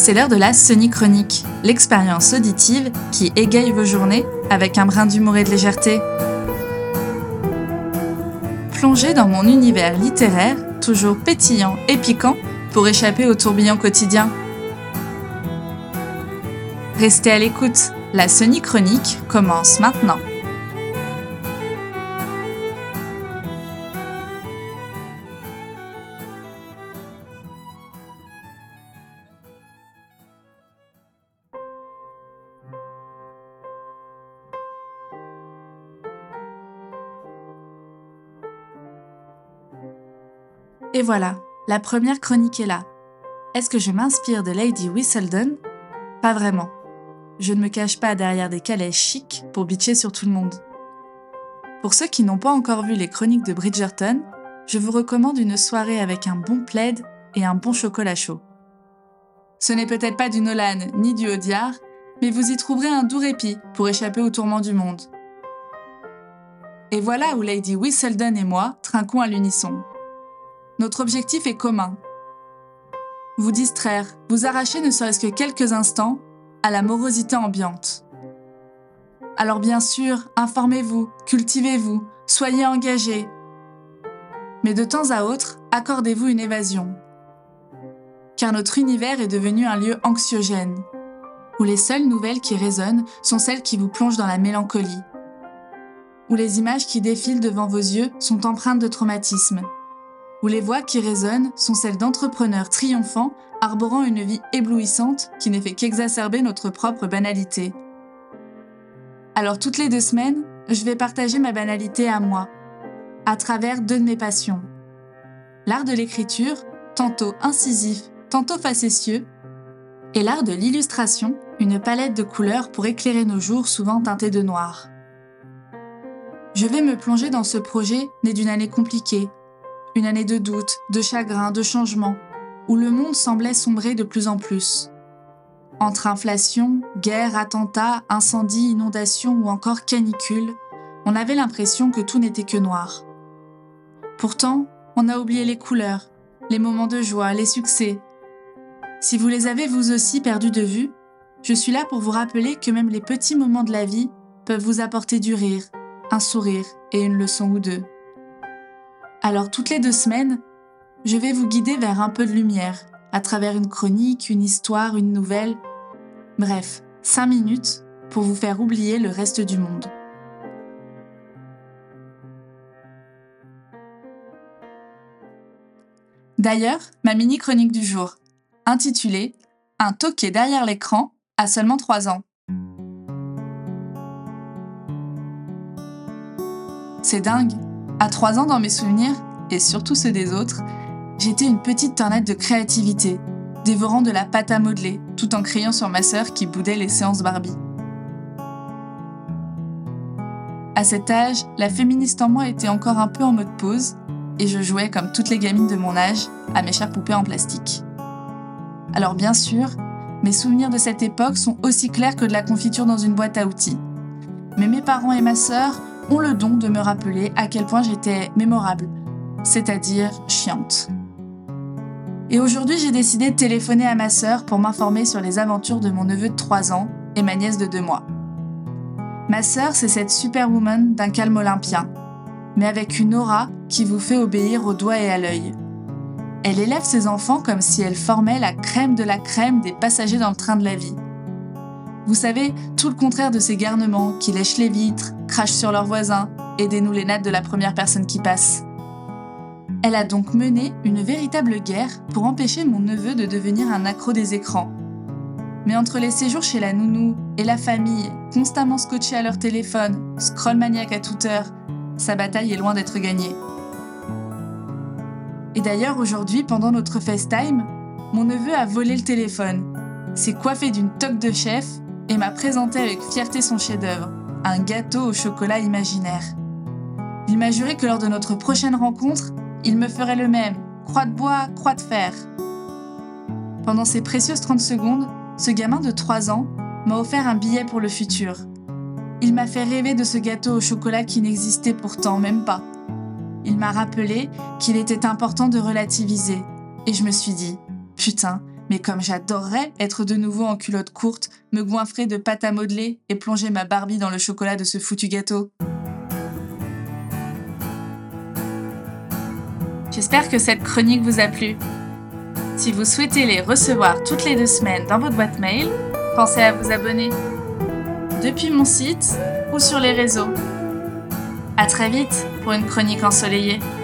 C'est l'heure de la Sony-Chronique, l'expérience auditive qui égaye vos journées avec un brin d'humour et de légèreté. Plongez dans mon univers littéraire, toujours pétillant et piquant, pour échapper au tourbillon quotidien. Restez à l'écoute, la Sony-Chronique commence maintenant. Et voilà, la première chronique est là. Est-ce que je m'inspire de Lady Whistledown ? Pas vraiment. Je ne me cache pas derrière des calèches chics pour bitcher sur tout le monde. Pour ceux qui n'ont pas encore vu les chroniques de Bridgerton, je vous recommande une soirée avec un bon plaid et un bon chocolat chaud. Ce n'est peut-être pas du Nolan ni du Audiard, mais vous y trouverez un doux répit pour échapper aux tourments du monde. Et voilà où Lady Whistledown et moi trinquons à l'unisson. Notre objectif est commun. Vous distraire, vous arracher ne serait-ce que quelques instants à la morosité ambiante. Alors bien sûr, informez-vous, cultivez-vous, soyez engagés. Mais de temps à autre, accordez-vous une évasion. Car notre univers est devenu un lieu anxiogène, où les seules nouvelles qui résonnent sont celles qui vous plongent dans la mélancolie, où les images qui défilent devant vos yeux sont empreintes de traumatisme, où les voix qui résonnent sont celles d'entrepreneurs triomphants arborant une vie éblouissante qui ne fait qu'exacerber notre propre banalité. Alors toutes les 2 semaines, je vais partager ma banalité à moi, à travers 2 de mes passions. L'art de l'écriture, tantôt incisif, tantôt facétieux, et l'art de l'illustration, une palette de couleurs pour éclairer nos jours souvent teintés de noir. Je vais me plonger dans ce projet né d'une année compliquée, une année de doute, de chagrin, de changement, où le monde semblait sombrer de plus en plus. Entre inflation, guerre, attentats, incendies, inondations ou encore canicules, on avait l'impression que tout n'était que noir. Pourtant, on a oublié les couleurs, les moments de joie, les succès. Si vous les avez vous aussi perdus de vue, je suis là pour vous rappeler que même les petits moments de la vie peuvent vous apporter du rire, un sourire et une leçon ou deux. Alors toutes les 2 semaines, je vais vous guider vers un peu de lumière, à travers une chronique, une histoire, une nouvelle. Bref, 5 minutes pour vous faire oublier le reste du monde. D'ailleurs, ma mini-chronique du jour, intitulée « Un toqué derrière l'écran à seulement 3 ans ». C'est dingue. À 3 ans dans mes souvenirs, et surtout ceux des autres, j'étais une petite tornade de créativité, dévorant de la pâte à modeler, tout en criant sur ma sœur qui boudait les séances Barbie. À cet âge, la féministe en moi était encore un peu en mode pause, et je jouais comme toutes les gamines de mon âge à mes chères poupées en plastique. Alors bien sûr, mes souvenirs de cette époque sont aussi clairs que de la confiture dans une boîte à outils. Mais mes parents et ma sœur ont le don de me rappeler à quel point j'étais mémorable, c'est-à-dire chiante. Et aujourd'hui, j'ai décidé de téléphoner à ma sœur pour m'informer sur les aventures de mon neveu de 3 ans et ma nièce de 2 mois. Ma sœur, c'est cette superwoman d'un calme olympien, mais avec une aura qui vous fait obéir au doigt et à l'œil. Elle élève ses enfants comme si elle formait la crème de la crème des passagers dans le train de la vie. Vous savez, tout le contraire de ces garnements qui lèchent les vitres, crachent sur leurs voisins et dénouent les nattes de la première personne qui passe. Elle a donc mené une véritable guerre pour empêcher mon neveu de devenir un accro des écrans. Mais entre les séjours chez la nounou et la famille, constamment scotchés à leur téléphone, scroll maniaque à toute heure, sa bataille est loin d'être gagnée. Et d'ailleurs, aujourd'hui, pendant notre FaceTime, mon neveu a volé le téléphone, s'est coiffé d'une toque de chef et m'a présenté avec fierté son chef-d'œuvre, un gâteau au chocolat imaginaire. Il m'a juré que lors de notre prochaine rencontre, il me ferait le même, croix de bois, croix de fer. Pendant ces précieuses 30 secondes, ce gamin de 3 ans m'a offert un billet pour le futur. Il m'a fait rêver de ce gâteau au chocolat qui n'existait pourtant même pas. Il m'a rappelé qu'il était important de relativiser, et je me suis dit, putain, Mais comme j'adorerais être de nouveau en culotte courte, me goinfrer de pâte à modeler et plonger ma Barbie dans le chocolat de ce foutu gâteau. J'espère que cette chronique vous a plu. Si vous souhaitez les recevoir toutes les 2 semaines dans votre boîte mail, pensez à vous abonner depuis mon site ou sur les réseaux. À très vite pour une chronique ensoleillée.